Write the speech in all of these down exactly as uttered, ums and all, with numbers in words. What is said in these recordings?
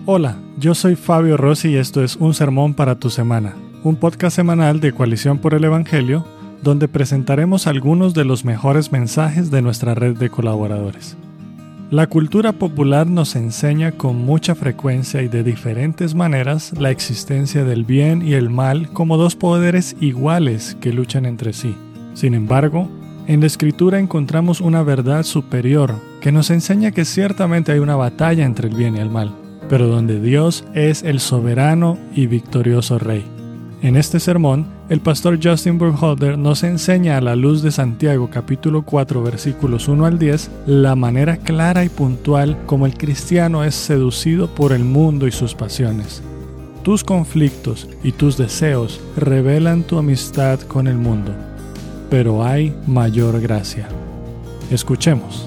Hola, yo soy Fabio Rossi y esto es Un Sermón para tu Semana, un podcast semanal de Coalición por el Evangelio, donde presentaremos algunos de los mejores mensajes de nuestra red de colaboradores. La cultura popular nos enseña con mucha frecuencia y de diferentes maneras la existencia del bien y el mal como dos poderes iguales que luchan entre sí. Sin embargo, en la Escritura encontramos una verdad superior que nos enseña que ciertamente hay una batalla entre el bien y el mal, pero donde Dios es el soberano y victorioso Rey. En este sermón, el pastor Justin Burkholder nos enseña a la luz de Santiago capítulo cuatro versículos uno al diez la manera clara y puntual como el cristiano es seducido por el mundo y sus pasiones. Tus conflictos y tus deseos revelan tu amistad con el mundo, pero hay mayor gracia. Escuchemos.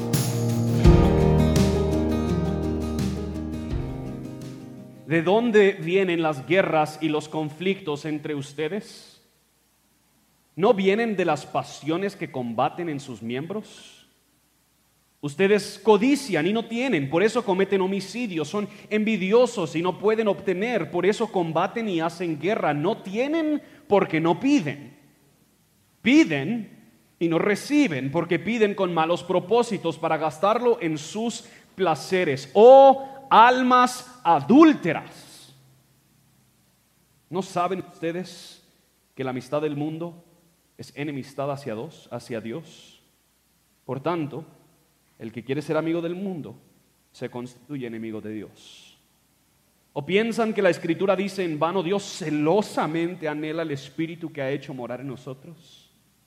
¿De dónde vienen las guerras y los conflictos entre ustedes? ¿No vienen de las pasiones que combaten en sus miembros? Ustedes codician y no tienen, por eso cometen homicidios, son envidiosos y no pueden obtener, por eso combaten y hacen guerra. No tienen porque no piden. Piden y no reciben porque piden con malos propósitos para gastarlo en sus placeres. ¡Oh, almas adúlteras! ¿No saben ustedes que la amistad del mundo es enemistad hacia Dios, hacia Dios? Por tanto, el que quiere ser amigo del mundo se constituye enemigo de Dios. ¿O piensan que la Escritura dice en vano, Dios celosamente anhela el Espíritu que ha hecho morar en nosotros?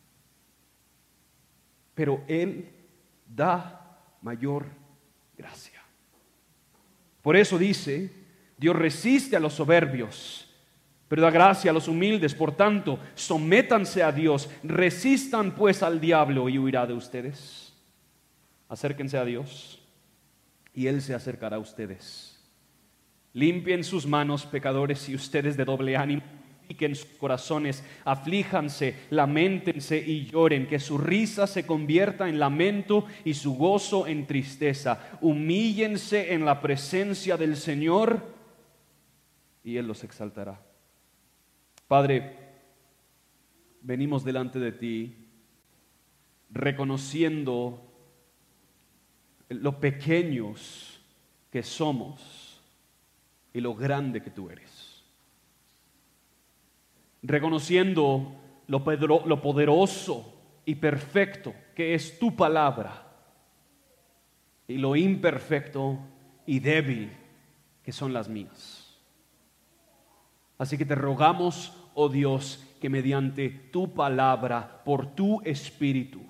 Pero Él da mayor gracia. Por eso dice, Dios resiste a los soberbios, pero da gracia a los humildes. Por tanto, sométanse a Dios, resistan pues al diablo y huirá de ustedes. Acérquense a Dios y Él se acercará a ustedes. Limpien sus manos, pecadores, y ustedes de doble ánimo. En sus corazones, aflíjanse, lamentense y lloren, que su risa se convierta en lamento y su gozo en tristeza. Humíllense en la presencia del Señor y Él los exaltará. Padre, venimos delante de ti reconociendo lo pequeños que somos y lo grande que tú eres. Reconociendo lo, pedro, lo poderoso y perfecto que es tu palabra y lo imperfecto y débil que son las mías. Así que te rogamos, oh Dios, que mediante tu palabra, por tu Espíritu,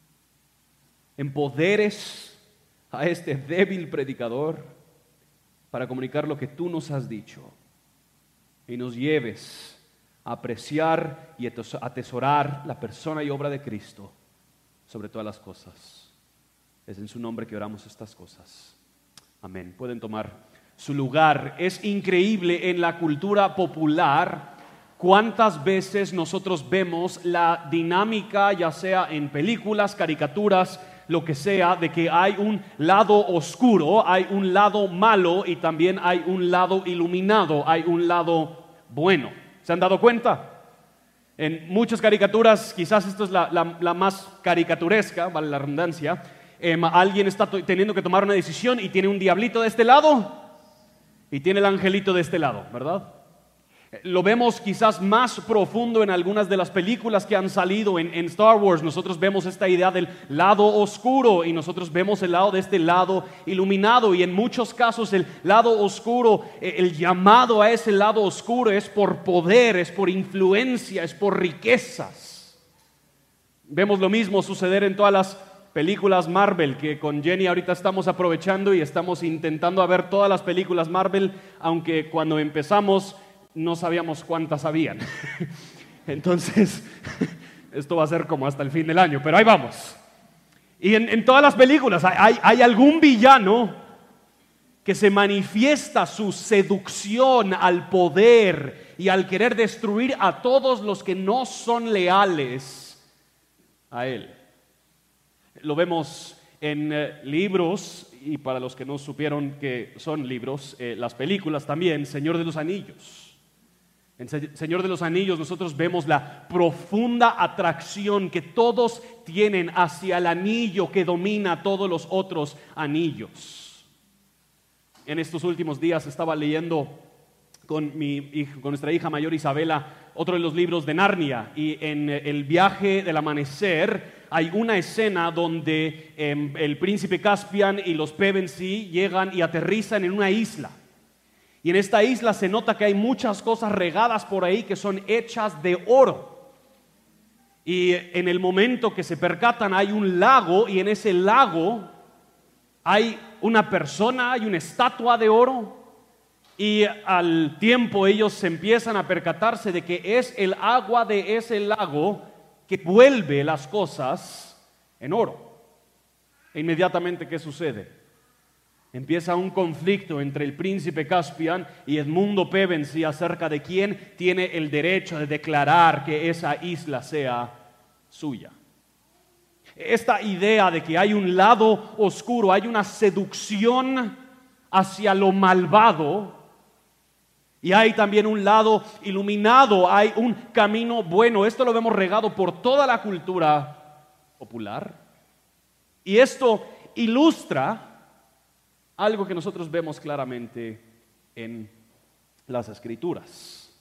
empoderes a este débil predicador para comunicar lo que tú nos has dicho y nos lleves apreciar y atesorar la persona y obra de Cristo sobre todas las cosas. Es en su nombre que oramos estas cosas. Amén. Pueden tomar su lugar. Es increíble en la cultura popular cuántas veces nosotros vemos la dinámica, ya sea en películas, caricaturas, lo que sea, de que hay un lado oscuro, hay un lado malo y también hay un lado iluminado, hay un lado bueno. ¿Se han dado cuenta? En muchas caricaturas, quizás esto es la, la, la más caricaturesca, vale la redundancia, eh, alguien está to- teniendo que tomar una decisión y tiene un diablito de este lado y tiene el angelito de este lado, ¿verdad? Lo vemos quizás más profundo en algunas de las películas que han salido en, en Star Wars. Nosotros vemos esta idea del lado oscuro y nosotros vemos el lado de este lado iluminado, y en muchos casos el lado oscuro, el llamado a ese lado oscuro es por poder, es por influencia, es por riquezas. Vemos lo mismo suceder en todas las películas Marvel, que con Jenny ahorita estamos aprovechando y estamos intentando ver todas las películas Marvel, aunque cuando empezamos no sabíamos cuántas habían. Entonces, esto va a ser como hasta el fin del año, pero ahí vamos. Y en, en todas las películas hay, hay, hay algún villano que se manifiesta su seducción al poder y al querer destruir a todos los que no son leales a él. Lo vemos en eh, libros, y para los que no supieron que son libros, eh, las películas también, Señor de los Anillos. En Señor de los Anillos nosotros vemos la profunda atracción que todos tienen hacia el anillo que domina todos los otros anillos. En estos últimos días estaba leyendo con, mi hija, con nuestra hija mayor Isabela otro de los libros de Narnia, y en El viaje del amanecer hay una escena donde eh, el príncipe Caspian y los Pevensie llegan y aterrizan en una isla. Y en esta isla se nota que hay muchas cosas regadas por ahí que son hechas de oro. Y en el momento que se percatan hay un lago, y en ese lago hay una persona, hay una estatua de oro. Y al tiempo ellos se empiezan a percatarse de que es el agua de ese lago que vuelve las cosas en oro. E inmediatamente, ¿qué sucede? Empieza un conflicto entre el príncipe Caspian y Edmundo Pevensie acerca de quién tiene el derecho de declarar que esa isla sea suya. Esta idea de que hay un lado oscuro, hay una seducción hacia lo malvado, y hay también un lado iluminado, hay un camino bueno. Esto lo vemos regado por toda la cultura popular, y esto ilustra algo que nosotros vemos claramente en las Escrituras.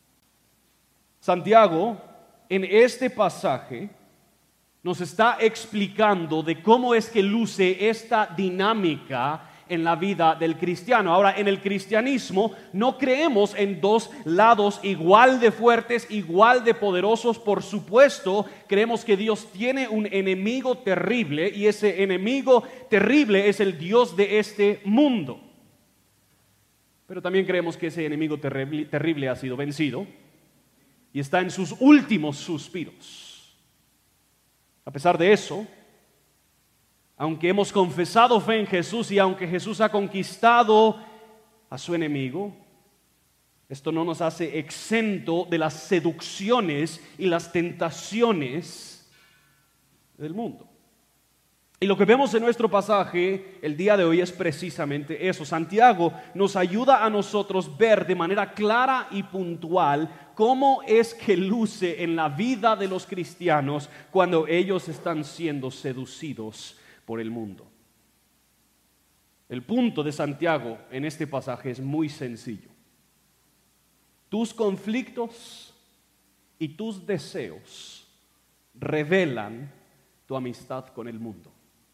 Santiago, en este pasaje, nos está explicando de cómo es que luce esta dinámica en la vida del cristiano. Ahora, en el cristianismo no creemos en dos lados igual de fuertes, igual de poderosos. Por supuesto, creemos que Dios tiene un enemigo terrible, y ese enemigo terrible es el Dios de este mundo. Pero también creemos que ese enemigo terrible, terrible ha sido vencido y está en sus últimos suspiros. A pesar de eso, aunque hemos confesado fe en Jesús y aunque Jesús ha conquistado a su enemigo, esto no nos hace exento de las seducciones y las tentaciones del mundo. Y lo que vemos en nuestro pasaje el día de hoy es precisamente eso. Santiago nos ayuda a nosotros ver de manera clara y puntual cómo es que luce en la vida de los cristianos cuando ellos están siendo seducidos por el mundo. El punto de Santiago en este pasaje es muy sencillo. Tus conflictos y tus deseos revelan tu amistad con el mundo,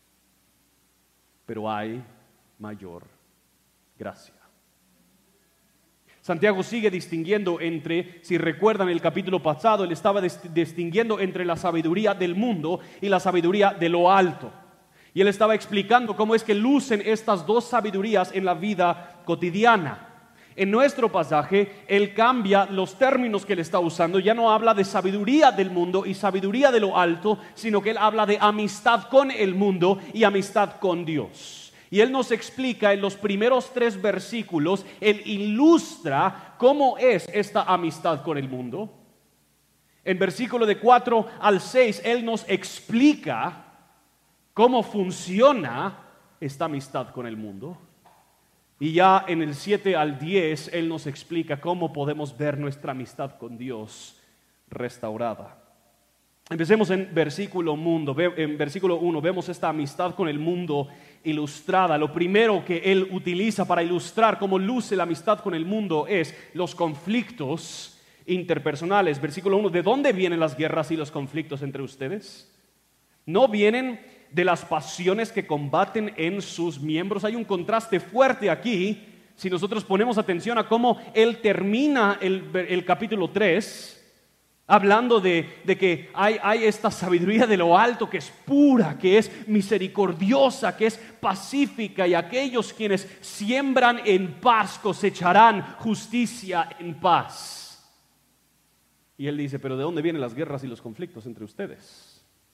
pero hay mayor gracia. Santiago sigue distinguiendo entre, si recuerdan el capítulo pasado, él estaba distinguiendo entre la sabiduría del mundo y la sabiduría de lo alto. Y él estaba explicando cómo es que lucen estas dos sabidurías en la vida cotidiana. En nuestro pasaje, él cambia los términos que él está usando. Ya no habla de sabiduría del mundo y sabiduría de lo alto, sino que él habla de amistad con el mundo y amistad con Dios. Y él nos explica en los primeros tres versículos, él ilustra cómo es esta amistad con el mundo. En versículo de cuatro al seis, él nos explica cómo funciona esta amistad con el mundo. Y ya en el siete al diez, él nos explica cómo podemos ver nuestra amistad con Dios restaurada. Empecemos en versículo mundo, en versículo uno, vemos esta amistad con el mundo ilustrada. Lo primero que él utiliza para ilustrar cómo luce la amistad con el mundo es los conflictos interpersonales. Versículo uno, ¿de dónde vienen las guerras y los conflictos entre ustedes? ¿No vienen de las pasiones que combaten en sus miembros? Hay un contraste fuerte aquí. Si nosotros ponemos atención a cómo él termina el, el capítulo tres, hablando de, de que hay, hay esta sabiduría de lo alto que es pura, que es misericordiosa, que es pacífica, y aquellos quienes siembran en paz cosecharán justicia en paz. Y él dice, pero ¿de dónde vienen las guerras y los conflictos entre ustedes?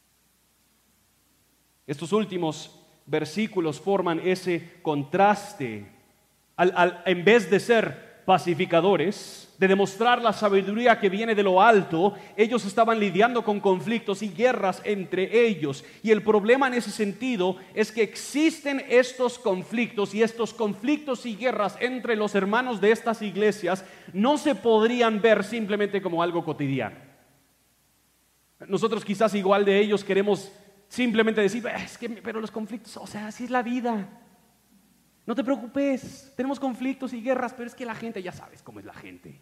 Estos últimos versículos forman ese contraste. Al, al, en vez de ser pacificadores, de demostrar la sabiduría que viene de lo alto, ellos estaban lidiando con conflictos y guerras entre ellos. Y el problema en ese sentido es que existen estos conflictos y estos conflictos y guerras entre los hermanos de estas iglesias no se podrían ver simplemente como algo cotidiano. Nosotros quizás igual de ellos queremos simplemente decir, es que, pero los conflictos, o sea, así es la vida. No te preocupes, tenemos conflictos y guerras, pero es que la gente, ya sabes cómo es la gente.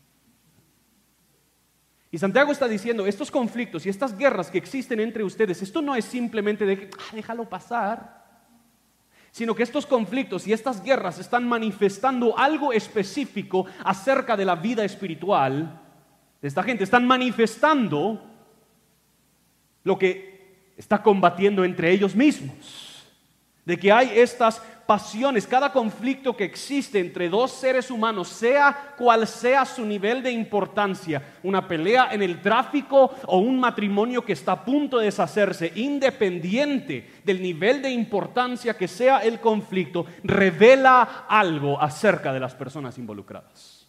Y Santiago está diciendo, estos conflictos y estas guerras que existen entre ustedes, esto no es simplemente de, ah, déjalo pasar, sino que estos conflictos y estas guerras están manifestando algo específico acerca de la vida espiritual de esta gente. Están manifestando lo que está combatiendo entre ellos mismos, de que hay estas pasiones, cada conflicto que existe entre dos seres humanos, sea cual sea su nivel de importancia, una pelea en el tráfico o un matrimonio que está a punto de deshacerse, independiente del nivel de importancia que sea el conflicto, revela algo acerca de las personas involucradas.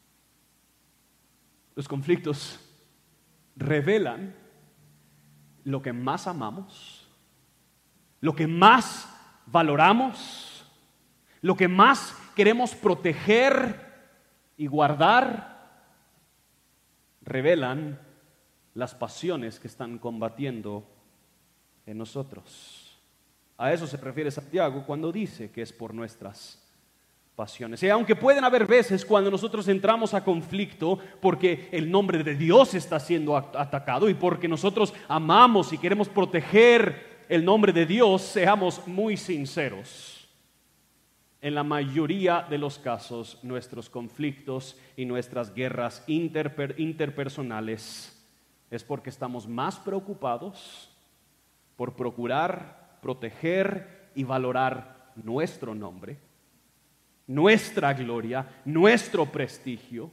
Los conflictos revelan lo que más amamos, lo que más valoramos, lo que más queremos proteger y guardar, revelan las pasiones que están combatiendo en nosotros. A eso se refiere Santiago cuando dice que es por nuestras pasiones. Y aunque pueden haber veces cuando nosotros entramos a conflicto porque el nombre de Dios está siendo atacado y porque nosotros amamos y queremos proteger el nombre de Dios, seamos muy sinceros. En la mayoría de los casos, nuestros conflictos y nuestras guerras interper- interpersonales es porque estamos más preocupados por procurar, proteger y valorar nuestro nombre, nuestra gloria, nuestro prestigio,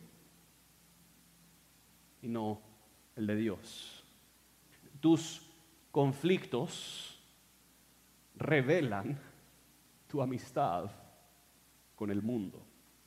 y no el de Dios. Tus conflictos revelan tu amistad con el mundo.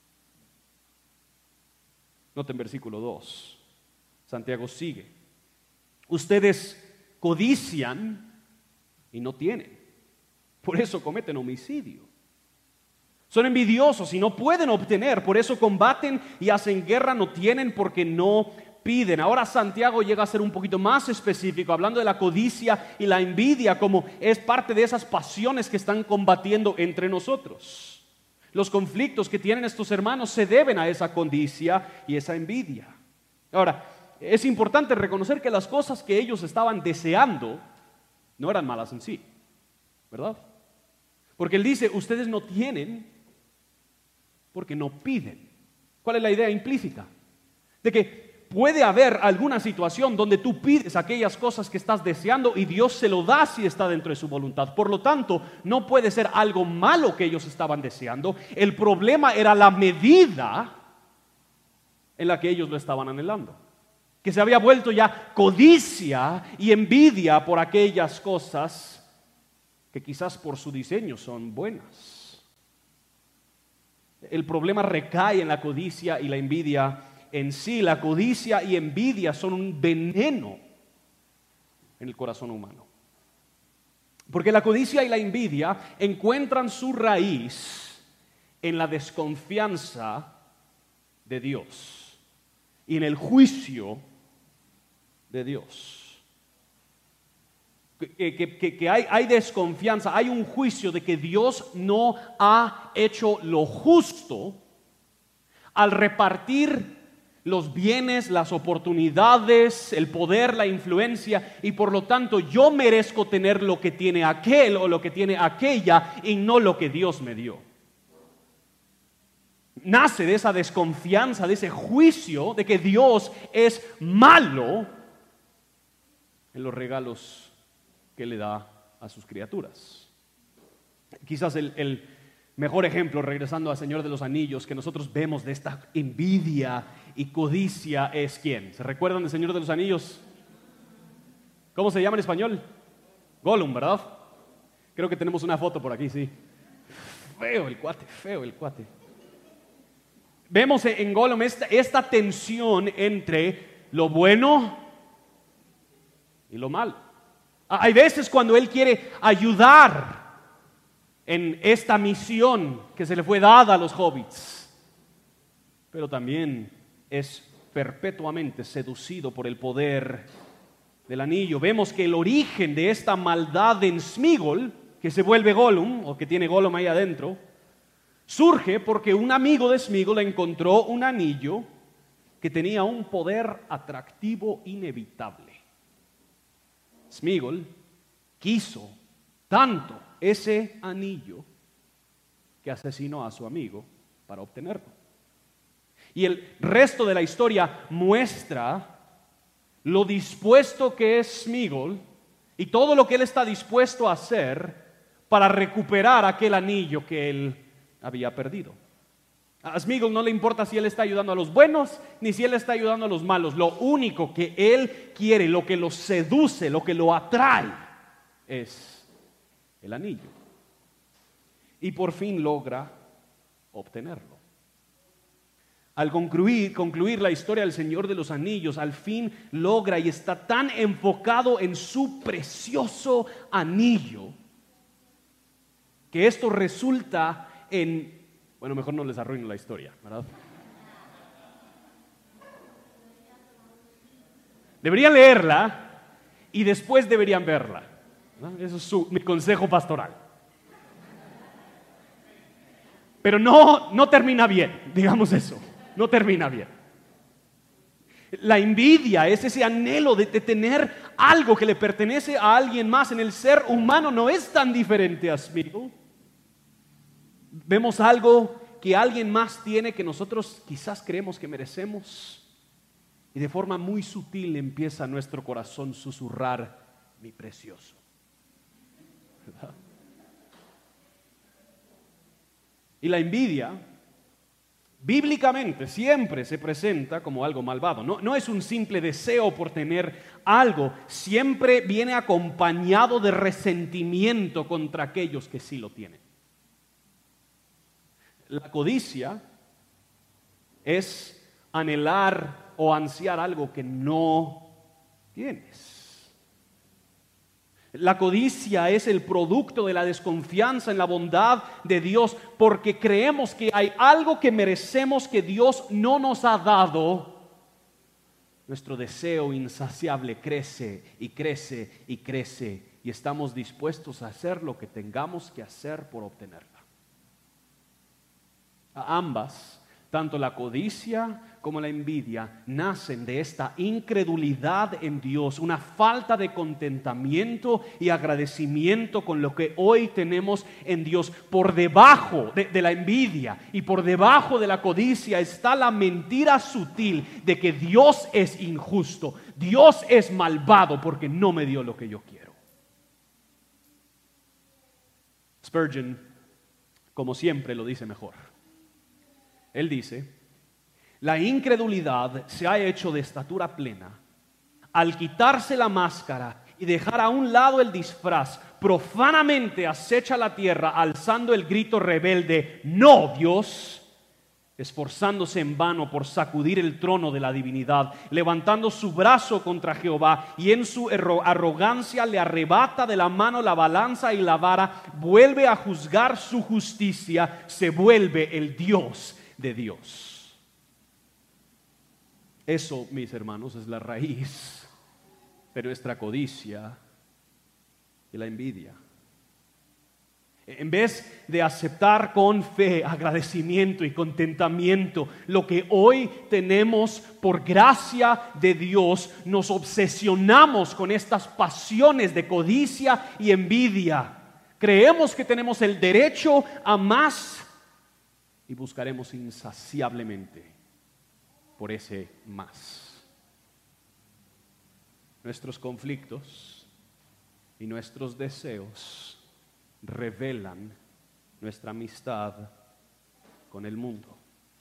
Noten versículo dos. Santiago sigue. Ustedes codician y no tienen. Por eso cometen homicidio. Son envidiosos y no pueden obtener. Por eso combaten y hacen guerra, no tienen porque no piden. Ahora Santiago llega a ser un poquito más específico, hablando de la codicia y la envidia como es parte de esas pasiones que están combatiendo entre nosotros. Los conflictos que tienen estos hermanos se deben a esa codicia y esa envidia. Ahora, es importante reconocer que las cosas que ellos estaban deseando no eran malas en sí, ¿verdad? Porque él dice, ustedes no tienen porque no piden. ¿Cuál es la idea implícita? De que puede haber alguna situación donde tú pides aquellas cosas que estás deseando y Dios se lo da si está dentro de su voluntad. Por lo tanto, no puede ser algo malo que ellos estaban deseando. El problema era la medida en la que ellos lo estaban anhelando, que se había vuelto ya codicia y envidia por aquellas cosas que quizás por su diseño son buenas. El problema recae en la codicia y la envidia en sí. La codicia y envidia son un veneno en el corazón humano. Porque la codicia y la envidia encuentran su raíz en la desconfianza de Dios y en el juicio de Dios. Que, que, que, que hay, hay desconfianza, hay un juicio de que Dios no ha hecho lo justo al repartir los bienes, las oportunidades, el poder, la influencia, y por lo tanto yo merezco tener lo que tiene aquel o lo que tiene aquella y no lo que Dios me dio. Nace de esa desconfianza, de ese juicio de que Dios es malo en los regalos que le da a sus criaturas. Quizás el, el mejor ejemplo, regresando al Señor de los Anillos, que nosotros vemos de esta envidia y codicia es ¿quién? ¿Se recuerdan del Señor de los Anillos? ¿Cómo se llama en español? Gollum, ¿verdad? Creo que tenemos una foto por aquí, sí. Feo el cuate, feo el cuate. Vemos en Gollum esta, esta tensión entre lo bueno y lo malo. Hay veces cuando él quiere ayudar en esta misión que se le fue dada a los hobbits, pero también es perpetuamente seducido por el poder del anillo. Vemos que el origen de esta maldad en Sméagol, que se vuelve Gollum, o que tiene Gollum ahí adentro, surge porque un amigo de Sméagol encontró un anillo que tenía un poder atractivo inevitable. Sméagol quiso tanto ese anillo que asesinó a su amigo para obtenerlo. Y el resto de la historia muestra lo dispuesto que es Sméagol y todo lo que él está dispuesto a hacer para recuperar aquel anillo que él había perdido. A Sméagol no le importa si él está ayudando a los buenos ni si él está ayudando a los malos. Lo único que él quiere, lo que lo seduce, lo que lo atrae, es el anillo. Y por fin logra obtenerlo. Al concluir, concluir la historia del Señor de los Anillos, al fin logra y está tan enfocado en su precioso anillo que esto resulta en... Bueno, mejor no les arruino la historia, ¿verdad? Deberían leerla y después deberían verla, ¿no? Eso es su, mi consejo pastoral. Pero no, no termina bien, digamos eso. No termina bien. La envidia es ese anhelo de, de tener algo que le pertenece a alguien más. En el ser humano no es tan diferente a Sméagol. Vemos algo que alguien más tiene que nosotros quizás creemos que merecemos, y de forma muy sutil empieza nuestro corazón a susurrar: mi precioso. ¿Verdad? Y la envidia bíblicamente siempre se presenta como algo malvado. No, no es un simple deseo por tener algo, siempre viene acompañado de resentimiento contra aquellos que sí lo tienen. La codicia es anhelar o ansiar algo que no tienes. La codicia es el producto de la desconfianza en la bondad de Dios, porque creemos que hay algo que merecemos que Dios no nos ha dado. Nuestro deseo insaciable crece y crece y crece, y estamos dispuestos a hacer lo que tengamos que hacer por obtenerla. A ambas, tanto la codicia como la envidia, nacen de esta incredulidad en Dios, una falta de contentamiento y agradecimiento con lo que hoy tenemos en Dios. Por debajo de, de la envidia y por debajo de la codicia está la mentira sutil de que Dios es injusto, Dios es malvado porque no me dio lo que yo quiero. Spurgeon, como siempre, lo dice mejor. Él dice: la incredulidad se ha hecho de estatura plena al quitarse la máscara y dejar a un lado el disfraz. Profanamente acecha la tierra alzando el grito rebelde: no, Dios, esforzándose en vano por sacudir el trono de la divinidad, levantando su brazo contra Jehová, y en su arrogancia le arrebata de la mano la balanza y la vara, vuelve a juzgar su justicia, se vuelve el Dios de Dios. Eso, mis hermanos, es la raíz de nuestra codicia y la envidia. En vez de aceptar con fe, agradecimiento y contentamiento lo que hoy tenemos por gracia de Dios, nos obsesionamos con estas pasiones de codicia y envidia. Creemos que tenemos el derecho a más y buscaremos insaciablemente por ese más. Nuestros conflictos y nuestros deseos revelan nuestra amistad con el mundo.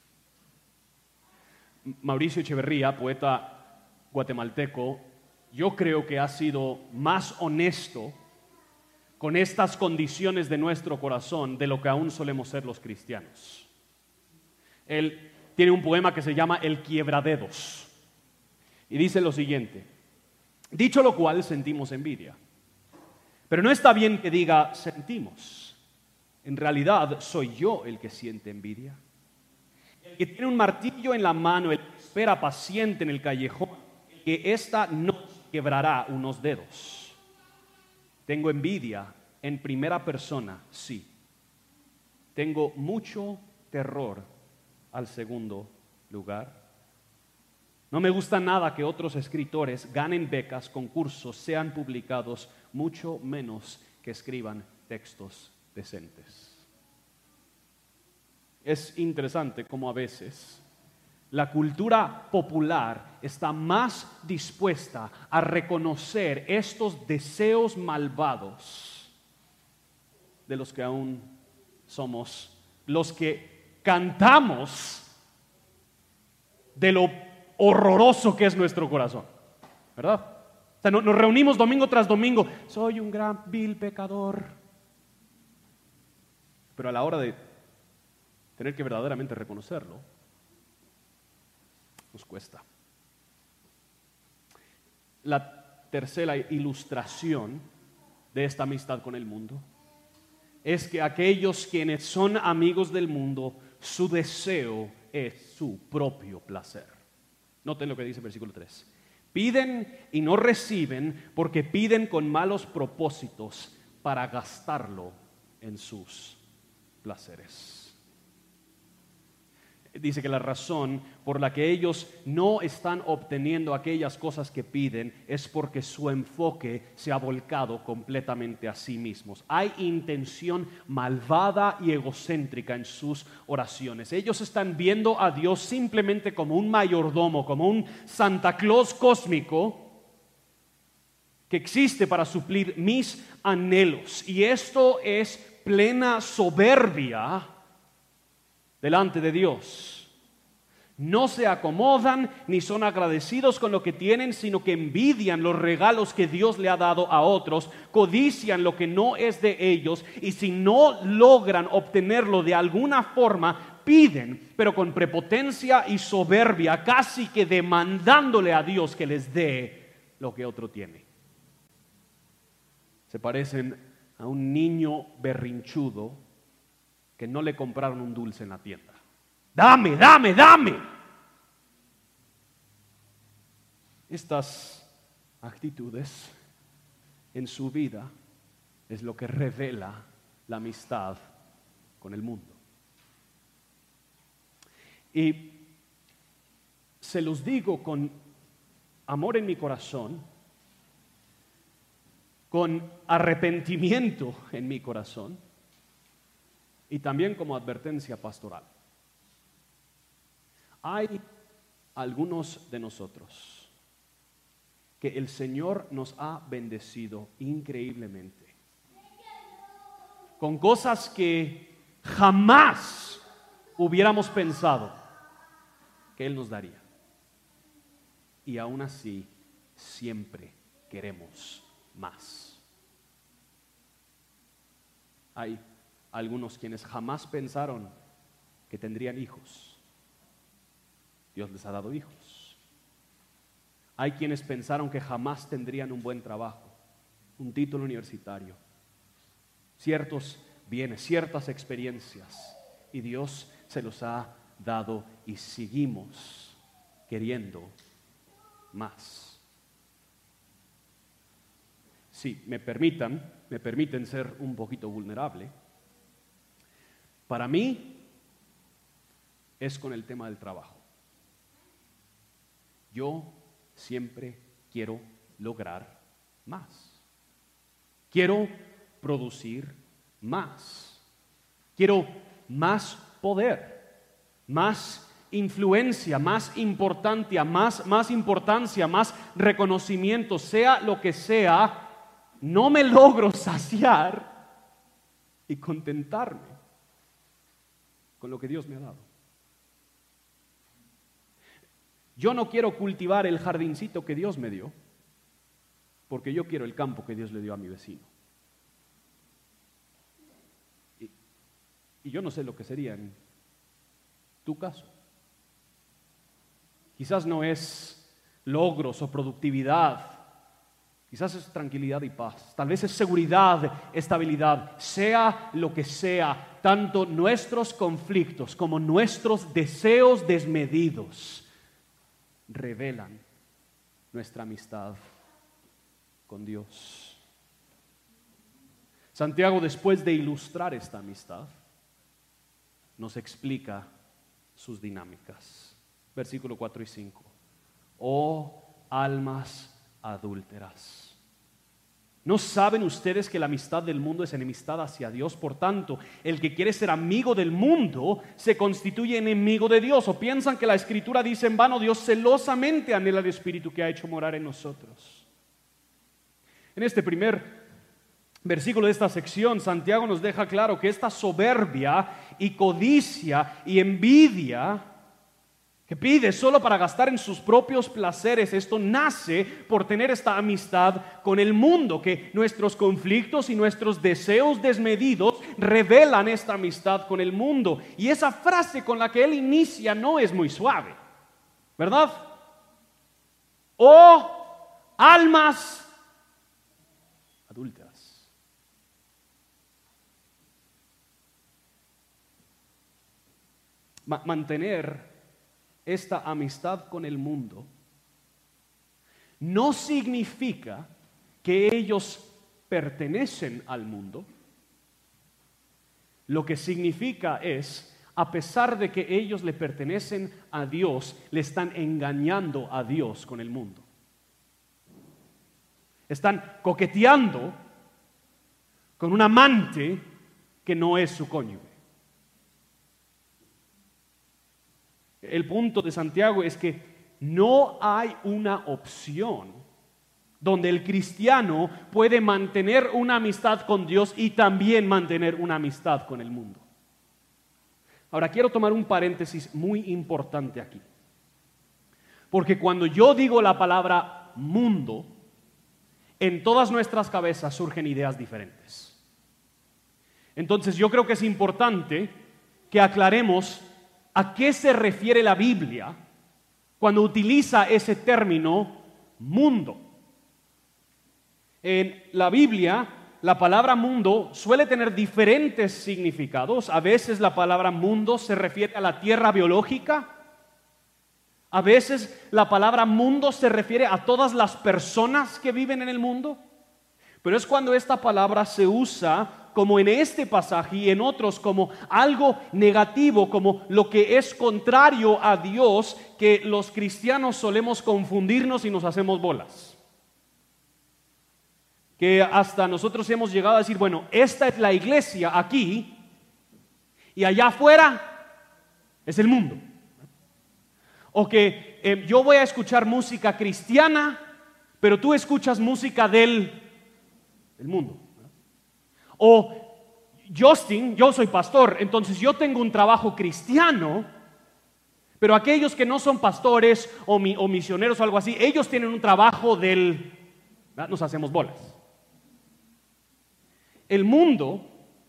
Mauricio Echeverría, poeta guatemalteco, yo creo que ha sido más honesto con estas condiciones de nuestro corazón de lo que aún solemos ser los cristianos. Él tiene un poema que se llama El Quiebradedos. Y dice lo siguiente: dicho lo cual, sentimos envidia. Pero no está bien que diga sentimos. En realidad, soy yo el que siente envidia. El que tiene un martillo en la mano, el que espera paciente en el callejón, el que esta noche quebrará unos dedos. Tengo envidia en primera persona, sí. Tengo mucho terror al segundo lugar. No me gusta nada que otros escritores ganen becas, concursos, sean publicados, mucho menos que escriban textos decentes. Es interesante cómo a veces la cultura popular está más dispuesta a reconocer estos deseos malvados de los que aún somos los que cantamos de lo horroroso que es nuestro corazón, ¿verdad? O sea, nos reunimos domingo tras domingo, soy un gran vil pecador, pero a la hora de tener que verdaderamente reconocerlo, nos cuesta. La tercera ilustración de esta amistad con el mundo es que aquellos quienes son amigos del mundo, su deseo es su propio placer. Noten lo que dice el versículo tres. Piden y no reciben porque piden con malos propósitos para gastarlo en sus placeres. Dice que la razón por la que ellos no están obteniendo aquellas cosas que piden es porque su enfoque se ha volcado completamente a sí mismos. Hay intención malvada y egocéntrica en sus oraciones. Ellos están viendo a Dios simplemente como un mayordomo, como un Santa Claus cósmico que existe para suplir mis anhelos. Y esto es plena soberbia delante de Dios. No se acomodan ni son agradecidos con lo que tienen, sino que envidian los regalos que Dios le ha dado a otros, codician lo que no es de ellos, y si no logran obtenerlo de alguna forma, piden, pero con prepotencia y soberbia, casi que demandándole a Dios que les dé lo que otro tiene. Se parecen a un niño berrinchudo que no le compraron un dulce en la tienda. Dame, dame, dame. Estas actitudes en su vida es lo que revela la amistad con el mundo. Y se los digo con amor en mi corazón, con arrepentimiento en mi corazón, y también como advertencia pastoral. Hay algunos de nosotros que el Señor nos ha bendecido increíblemente con cosas que jamás hubiéramos pensado que Él nos daría. Y aún así, siempre queremos más. Hay algunos quienes jamás pensaron que tendrían hijos. Dios les ha dado hijos. Hay quienes pensaron que jamás tendrían un buen trabajo, un título universitario, ciertos bienes, ciertas experiencias, y Dios se los ha dado y seguimos queriendo más. Si me permitan, me permiten ser un poquito vulnerable, para mí es con el tema del trabajo. Yo siempre quiero lograr más. Quiero producir más. Quiero más poder, más influencia, más importancia, más, más importancia, más reconocimiento, sea lo que sea. No me logro saciar y contentarme con lo que Dios me ha dado. Yo no quiero cultivar el jardincito que Dios me dio, porque yo quiero el campo que Dios le dio a mi vecino. Y, y yo no sé lo que sería en tu caso. Quizás no es logros o productividad. Quizás es tranquilidad y paz. Tal vez es seguridad, estabilidad. Sea lo que sea, tanto nuestros conflictos como nuestros deseos desmedidos revelan nuestra amistad con Dios. Santiago, después de ilustrar esta amistad, nos explica sus dinámicas. Versículo cuatro y cinco. Oh almas adúlteras, ¿no saben ustedes que la amistad del mundo es enemistad hacia Dios? Por tanto, el que quiere ser amigo del mundo se constituye enemigo de Dios. ¿O piensan que la Escritura dice en vano? Dios celosamente anhela el Espíritu que ha hecho morar en nosotros. En este primer versículo de esta sección, Santiago nos deja claro que esta soberbia y codicia y envidia que pide solo para gastar en sus propios placeres, esto nace por tener esta amistad con el mundo, que nuestros conflictos y nuestros deseos desmedidos revelan esta amistad con el mundo. Y esa frase con la que él inicia no es muy suave, ¿verdad? Oh, almas adúlteras. Ma- mantener esta amistad con el mundo no significa que ellos pertenecen al mundo. Lo que significa es, a pesar de que ellos le pertenecen a Dios, le están engañando a Dios con el mundo. Están coqueteando con un amante que no es su cónyuge. El punto de Santiago es que no hay una opción donde el cristiano puede mantener una amistad con Dios y también mantener una amistad con el mundo. Ahora quiero tomar un paréntesis muy importante aquí. Porque cuando yo digo la palabra mundo, en todas nuestras cabezas surgen ideas diferentes. Entonces yo creo que es importante que aclaremos ¿a qué se refiere la Biblia cuando utiliza ese término mundo? En la Biblia, la palabra mundo suele tener diferentes significados. A veces la palabra mundo se refiere a la tierra biológica. A veces la palabra mundo se refiere a todas las personas que viven en el mundo. Pero es cuando esta palabra se usa como en este pasaje y en otros como algo negativo, como lo que es contrario a Dios, que los cristianos solemos confundirnos y nos hacemos bolas. Que hasta nosotros hemos llegado a decir, bueno, esta es la iglesia aquí y allá afuera es el mundo. O que eh, yo voy a escuchar música cristiana, pero tú escuchas música del, del mundo. O Justin, yo soy pastor, entonces yo tengo un trabajo cristiano, pero aquellos que no son pastores o, mi, o misioneros o algo así, ellos tienen un trabajo del... ¿verdad? Nos hacemos bolas. El mundo,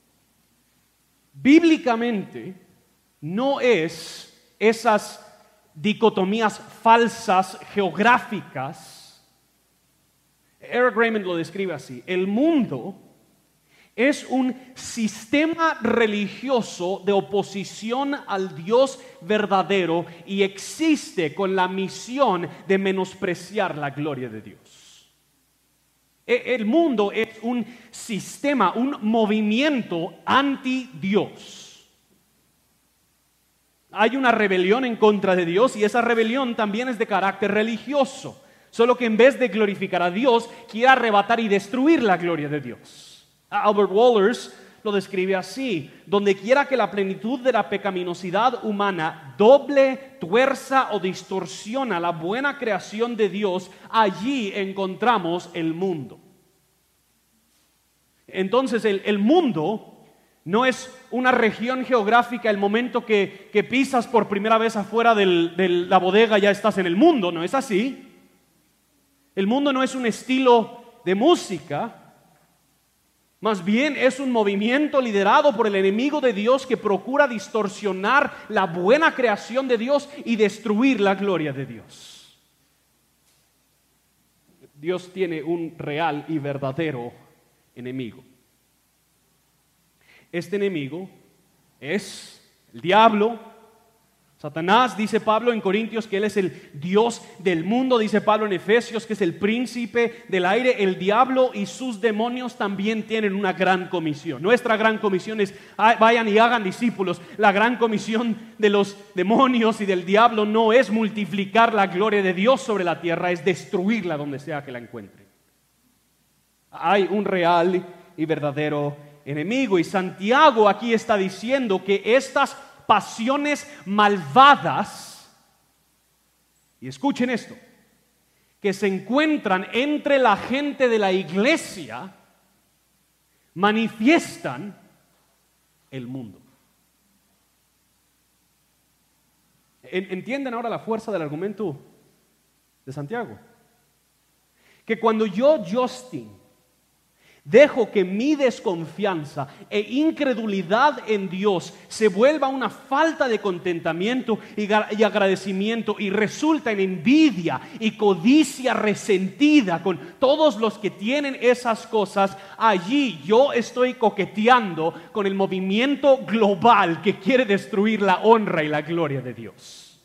bíblicamente, no es esas dicotomías falsas geográficas. Eric Raymond lo describe así: el mundo es un sistema religioso de oposición al Dios verdadero y existe con la misión de menospreciar la gloria de Dios. El mundo es un sistema, un movimiento anti-Dios. Hay una rebelión en contra de Dios y esa rebelión también es de carácter religioso, solo que en vez de glorificar a Dios, quiere arrebatar y destruir la gloria de Dios. Albert Wallers lo describe así: donde quiera que la plenitud de la pecaminosidad humana doble, tuerza o distorsiona la buena creación de Dios, allí encontramos el mundo. Entonces el, el mundo no es una región geográfica. El momento que, que pisas por primera vez afuera del, de la bodega ya estás en el mundo, no es así. El mundo no es un estilo de música. Más bien es un movimiento liderado por el enemigo de Dios que procura distorsionar la buena creación de Dios y destruir la gloria de Dios. Dios tiene un real y verdadero enemigo. Este enemigo es el diablo. Satanás, dice Pablo en Corintios, que él es el Dios del mundo. Dice Pablo en Efesios que es el príncipe del aire. El diablo y sus demonios también tienen una gran comisión. Nuestra gran comisión es vayan y hagan discípulos. La gran comisión de los demonios y del diablo no es multiplicar la gloria de Dios sobre la tierra, es destruirla donde sea que la encuentren. Hay un real y verdadero enemigo, y Santiago aquí está diciendo que estas pasiones malvadas, y escuchen esto, que se encuentran entre la gente de la iglesia, manifiestan el mundo. ¿Entienden ahora la fuerza del argumento de Santiago? Que cuando yo, Justin, dejo que mi desconfianza e incredulidad en Dios se vuelva una falta de contentamiento y agradecimiento y resulta en envidia y codicia resentida con todos los que tienen esas cosas, allí yo estoy coqueteando con el movimiento global que quiere destruir la honra y la gloria de Dios.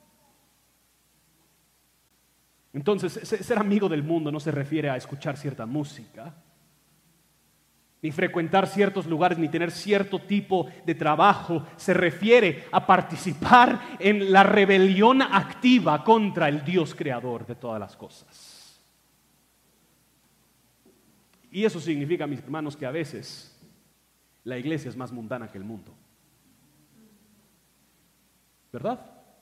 Entonces, ser amigo del mundo no se refiere a escuchar cierta música, ni frecuentar ciertos lugares, ni tener cierto tipo de trabajo. Se refiere a participar en la rebelión activa contra el Dios creador de todas las cosas. Y eso significa, mis hermanos, que a veces la iglesia es más mundana que el mundo. ¿Verdad?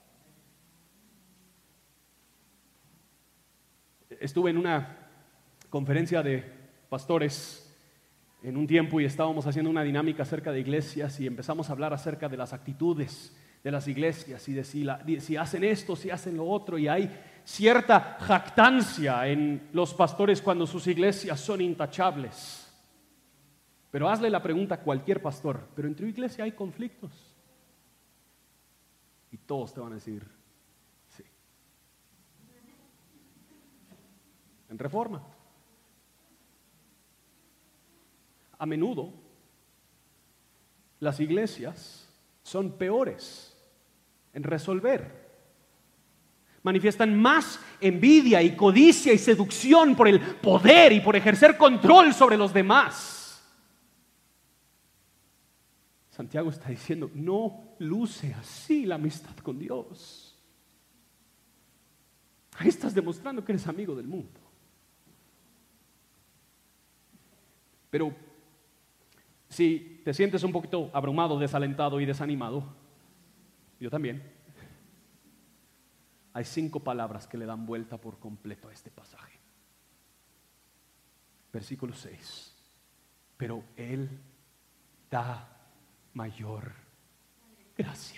Estuve en una conferencia de pastores en un tiempo y estábamos haciendo una dinámica acerca de iglesias y empezamos a hablar acerca de las actitudes de las iglesias y de si, la, de si hacen esto, si hacen lo otro, y hay cierta jactancia en los pastores cuando sus iglesias son intachables. Pero hazle la pregunta a cualquier pastor: ¿pero en tu iglesia hay conflictos? Y todos te van a decir sí. En Reforma, a menudo las iglesias son peores en resolver. Manifiestan más envidia y codicia y seducción por el poder y por ejercer control sobre los demás. Santiago está diciendo: no luce así la amistad con Dios. Ahí estás demostrando que eres amigo del mundo. Pero si te sientes un poquito abrumado, desalentado y desanimado, yo también, hay cinco palabras que le dan vuelta por completo a este pasaje. Versículo seis. Pero Él da mayor gracia.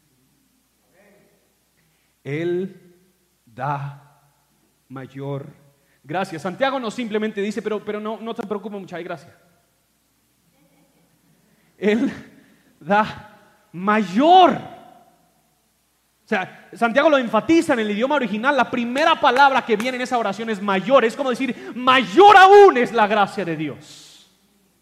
Él da mayor gracia. Santiago no simplemente dice, pero, pero no, no te preocupes mucho, hay gracia. Él da mayor. O sea, Santiago lo enfatiza en el idioma original. La primera palabra que viene en esa oración es mayor. Es como decir, mayor aún es la gracia de Dios.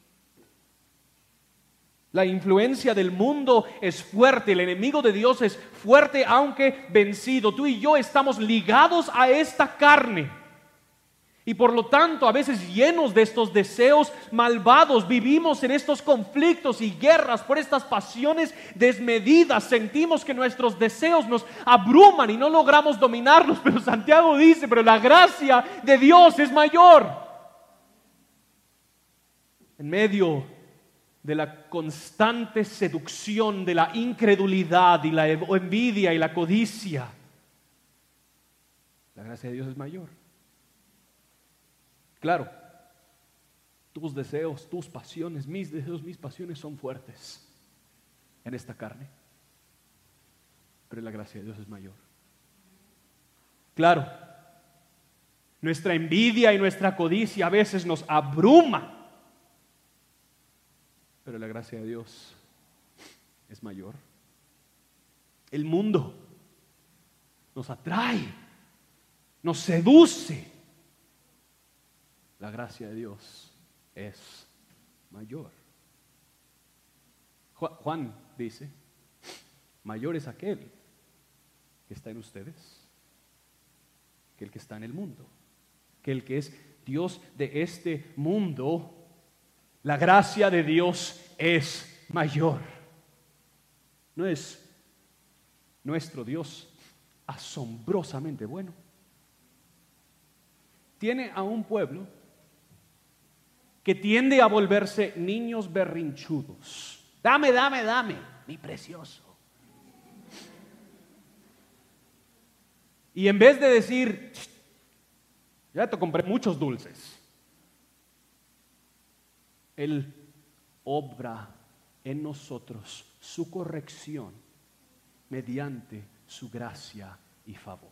La influencia del mundo es fuerte. El enemigo de Dios es fuerte aunque vencido. Tú y yo estamos ligados a esta carne. Y por lo tanto, a veces llenos de estos deseos malvados, vivimos en estos conflictos y guerras por estas pasiones desmedidas. Sentimos que nuestros deseos nos abruman y no logramos dominarlos. Pero Santiago dice, pero la gracia de Dios es mayor. En medio de la constante seducción de la incredulidad y la envidia y la codicia, la gracia de Dios es mayor. Claro, tus deseos, tus pasiones, mis deseos, mis pasiones son fuertes en esta carne, pero la gracia de Dios es mayor. Claro, nuestra envidia y nuestra codicia a veces nos abruma, pero la gracia de Dios es mayor. El mundo nos atrae, nos seduce. La gracia de Dios es mayor. Juan dice, mayor es aquel que está en ustedes que el que está en el mundo, que el que es Dios de este mundo. La gracia de Dios es mayor. ¿No es nuestro Dios asombrosamente bueno? Tiene a un pueblo que tiende a volverse niños berrinchudos. Dame, dame, dame, mi precioso. Y en vez de decir, ya te compré muchos dulces, Él obra en nosotros su corrección mediante su gracia y favor.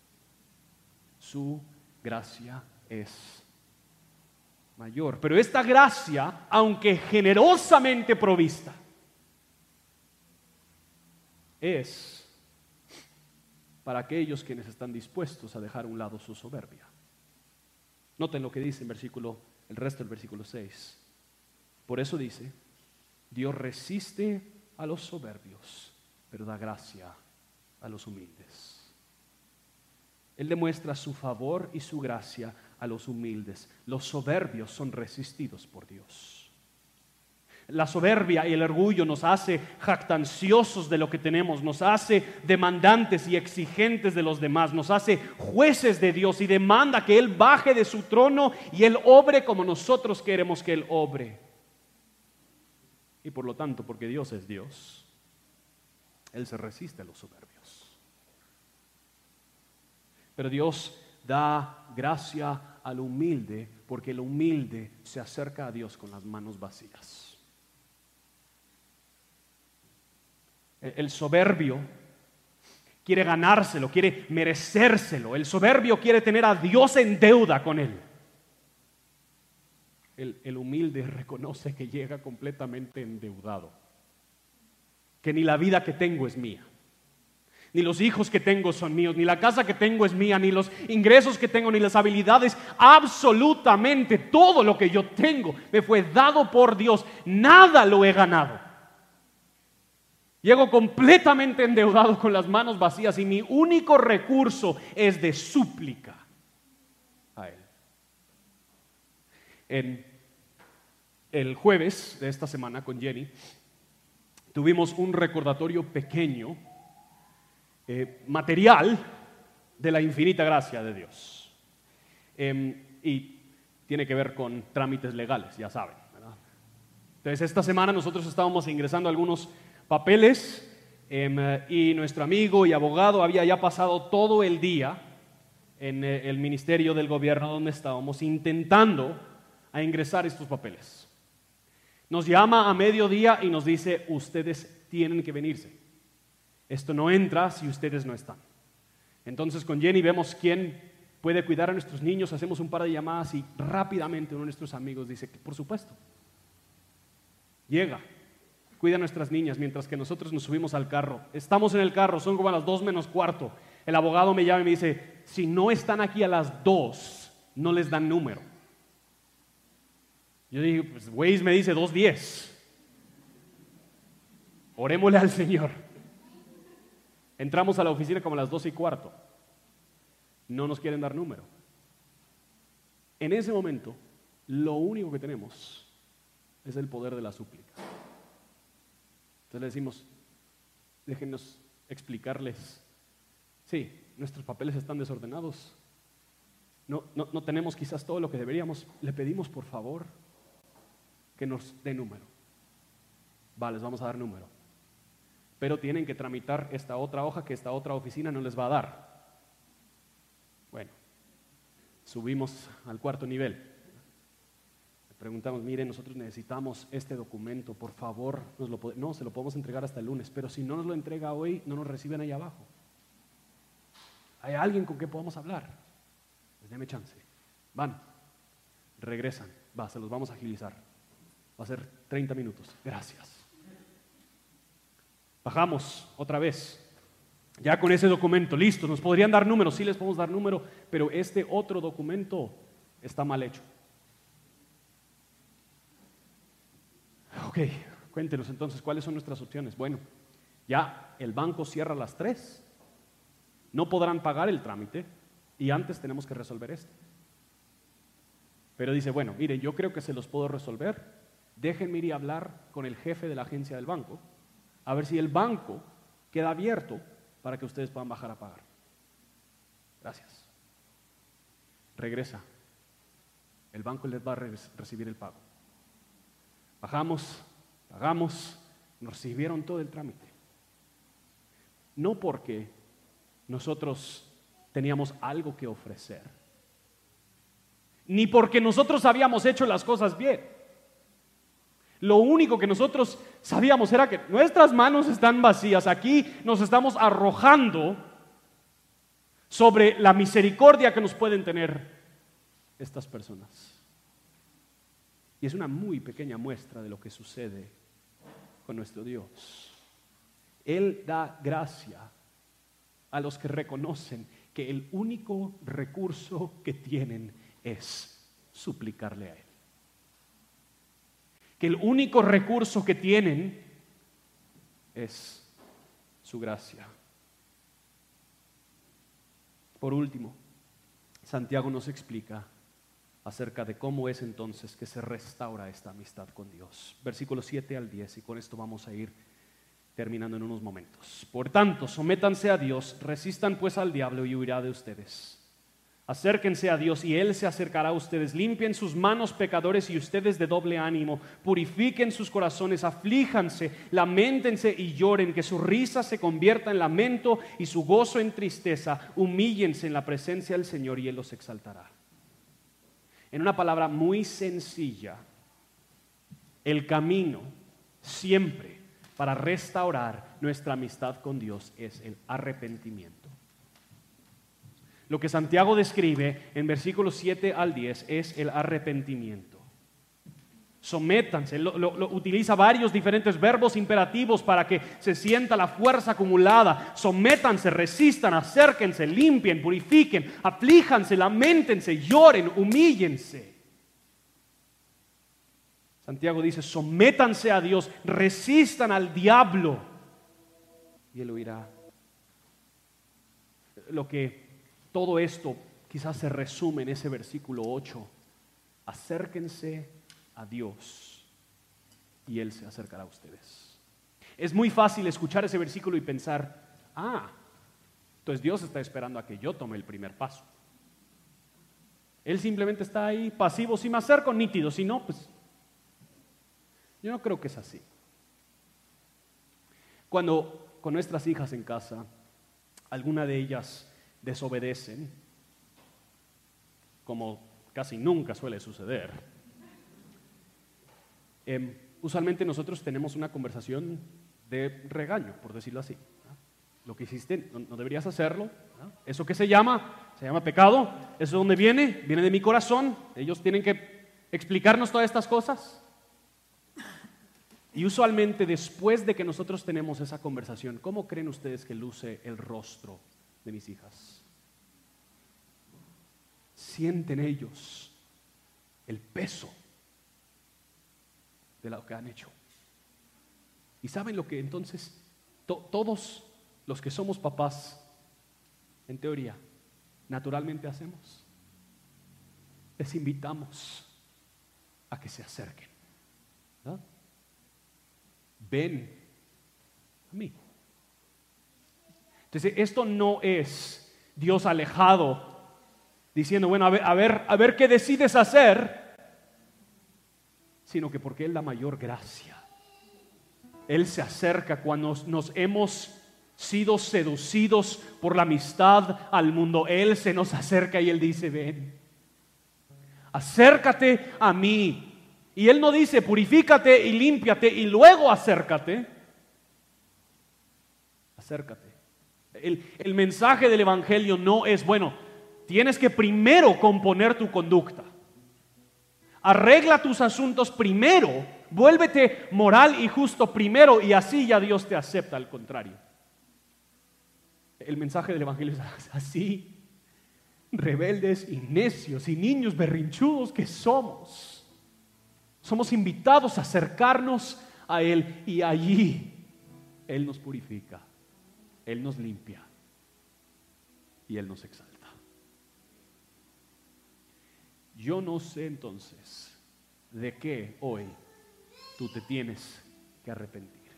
Su gracia es mayor. Pero esta gracia, aunque generosamente provista, es para aquellos quienes están dispuestos a dejar a un lado su soberbia. Noten lo que dice en versículo, el resto del versículo seis. Por eso dice, Dios resiste a los soberbios, pero da gracia a los humildes. Él demuestra su favor y su gracia a los humildes. Los soberbios son resistidos por Dios. La soberbia y el orgullo nos hace jactanciosos de lo que tenemos, nos hace demandantes y exigentes de los demás, nos hace jueces de Dios y demanda que Él baje de su trono y Él obre como nosotros queremos que Él obre. Y por lo tanto, porque Dios es Dios, Él se resiste a los soberbios. Pero Dios da gracia al humilde, porque el humilde se acerca a Dios con las manos vacías. El soberbio quiere ganárselo, quiere merecérselo. El soberbio quiere tener a Dios en deuda con él. El, el humilde reconoce que llega completamente endeudado, que ni la vida que tengo es mía, ni los hijos que tengo son míos, ni la casa que tengo es mía, ni los ingresos que tengo, ni las habilidades. Absolutamente todo lo que yo tengo me fue dado por Dios. Nada lo he ganado. Llego completamente endeudado con las manos vacías y mi único recurso es de súplica a Él. En el jueves de esta semana con Jenny tuvimos un recordatorio pequeño, eh, material, de la infinita gracia de Dios. Eh, y tiene que ver con trámites legales, ya saben, ¿verdad? Entonces esta semana nosotros estábamos ingresando algunos papeles eh, y nuestro amigo y abogado había ya pasado todo el día en eh, el ministerio del gobierno donde estábamos intentando a ingresar estos papeles. Nos llama a mediodía y nos dice, ustedes tienen que venirse. Esto no entra si ustedes no están. Entonces con Jenny vemos quién puede cuidar a nuestros niños, hacemos un par de llamadas y rápidamente uno de nuestros amigos dice, por supuesto, llega. Cuida a nuestras niñas mientras que nosotros nos subimos al carro. Estamos en el carro, son como a las dos menos cuarto. El abogado me llama y me dice, si no están aquí a las dos, no les dan número. Yo dije, pues Waze me dice dos diez. Orémosle al Señor. Entramos a la oficina como a las dos y cuarto. No nos quieren dar número. En ese momento, lo único que tenemos es el poder de la súplica. Entonces le decimos, déjenos explicarles, sí, nuestros papeles están desordenados, no, no, no tenemos quizás todo lo que deberíamos, le pedimos por favor que nos dé número. Va, les vamos a dar número, pero tienen que tramitar esta otra hoja que esta otra oficina no les va a dar. Bueno, subimos al cuarto nivel. Preguntamos, mire, nosotros necesitamos este documento, por favor, nos lo pod- no, se lo podemos entregar hasta el lunes, pero si no nos lo entrega hoy, no nos reciben ahí abajo. ¿Hay alguien con quien podamos hablar? Pues deme chance. Van, regresan, va, se los vamos a agilizar. Va a ser treinta minutos. Gracias. Bajamos otra vez. Ya con ese documento, listo. Nos podrían dar números, sí les podemos dar número, pero este otro documento está mal hecho. Ok, cuéntenos entonces cuáles son nuestras opciones. Bueno, ya el banco cierra a las tres. No podrán pagar el trámite y antes tenemos que resolver esto. Pero dice, bueno, miren, yo creo que se los puedo resolver. Déjenme ir a hablar con el jefe de la agencia del banco, a ver si el banco queda abierto para que ustedes puedan bajar a pagar. Gracias. Regresa. El banco les va a re- recibir el pago. Bajamos, pagamos, nos recibieron todo el trámite. No porque nosotros teníamos algo que ofrecer, ni porque nosotros habíamos hecho las cosas bien. Lo único que nosotros sabíamos era que nuestras manos están vacías. Aquí nos estamos arrojando sobre la misericordia que nos pueden tener estas personas. Y es una muy pequeña muestra de lo que sucede con nuestro Dios. Él da gracia a los que reconocen que el único recurso que tienen es suplicarle a Él. Que el único recurso que tienen es su gracia. Por último, Santiago nos explica acerca de cómo es entonces que se restaura esta amistad con Dios. Versículos siete al diez, y con esto vamos a ir terminando en unos momentos. Por tanto, sométanse a Dios, resistan pues al diablo y huirá de ustedes. Acérquense a Dios y Él se acercará a ustedes. Limpien sus manos, pecadores, y ustedes de doble ánimo. Purifiquen sus corazones, aflíjanse, lamentense y lloren. Que su risa se convierta en lamento y su gozo en tristeza. Humíllense en la presencia del Señor y Él los exaltará. En una palabra muy sencilla, el camino siempre para restaurar nuestra amistad con Dios es el arrepentimiento. Lo que Santiago describe en versículos siete al diez es el arrepentimiento. Sométanse, lo, lo, lo, utiliza varios diferentes verbos imperativos para que se sienta la fuerza acumulada. Sométanse, resistan, acérquense, limpien, purifiquen, aflíjanse, lamentense, lloren, humíllense. Santiago dice, sométanse a Dios, resistan al diablo y Él huirá. Lo que todo esto quizás se resume en ese versículo ocho. Acérquense a Dios y Él se acercará a ustedes. Es muy fácil escuchar ese versículo y pensar, ah, entonces Dios está esperando a que yo tome el primer paso. Él simplemente está ahí pasivo, si me acerco, nítido, si no, pues yo no creo que es así. Cuando con nuestras hijas en casa, alguna de ellas desobedecen, como casi nunca suele suceder, eh, usualmente nosotros tenemos una conversación de regaño, por decirlo así, ¿no? Lo que hiciste, no, no deberías hacerlo, ¿no? ¿Eso qué se llama? Se llama pecado. ¿Eso de dónde viene? Viene de mi corazón. Ellos tienen que explicarnos todas estas cosas. Y usualmente después de que nosotros tenemos esa conversación, ¿cómo creen ustedes que luce el rostro de mis hijas? Sienten ellos el peso de lo que han hecho. Y saben lo que entonces to- todos los que somos papás, en teoría, naturalmente hacemos. Les invitamos a que se acerquen, ¿no? Ven a mí. Entonces, esto no es Dios alejado diciendo, bueno, a ver, a ver, a ver qué decides hacer, sino que porque Él da mayor gracia. Él se acerca cuando nos, nos hemos sido seducidos por la amistad al mundo. Él se nos acerca y Él dice, ven, acércate a mí. Y Él no dice, purifícate y límpiate y luego acércate. Acércate. El, el mensaje del Evangelio no es, bueno, tienes que primero componer tu conducta. Arregla tus asuntos primero Vuélvete moral y justo primero y así ya Dios te acepta. Al contrario, el mensaje del Evangelio es así, rebeldes y necios y niños berrinchudos que somos. Somos invitados a acercarnos a Él y allí Él nos purifica, Él nos limpia y Él nos exalta. Yo no sé entonces de qué hoy tú te tienes que arrepentir.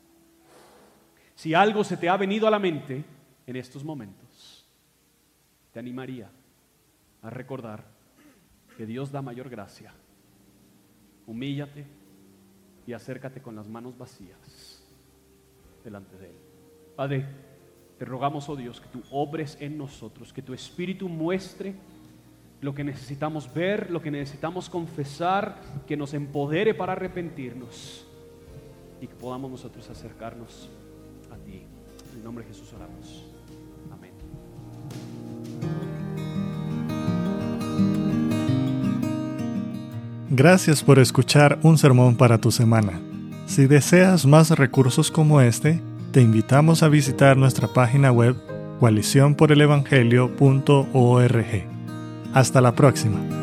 Si algo se te ha venido a la mente en estos momentos, te animaría a recordar que Dios da mayor gracia. Humíllate y acércate con las manos vacías delante de Él. Padre, te rogamos, oh Dios, que tú obres en nosotros, que tu Espíritu muestre lo que necesitamos ver, lo que necesitamos confesar, que nos empodere para arrepentirnos y que podamos nosotros acercarnos a ti. En el nombre de Jesús oramos. Amén. Gracias por escuchar un sermón para tu semana. Si deseas más recursos como este, te invitamos a visitar nuestra página web coalición por el evangelio punto org. Hasta la próxima.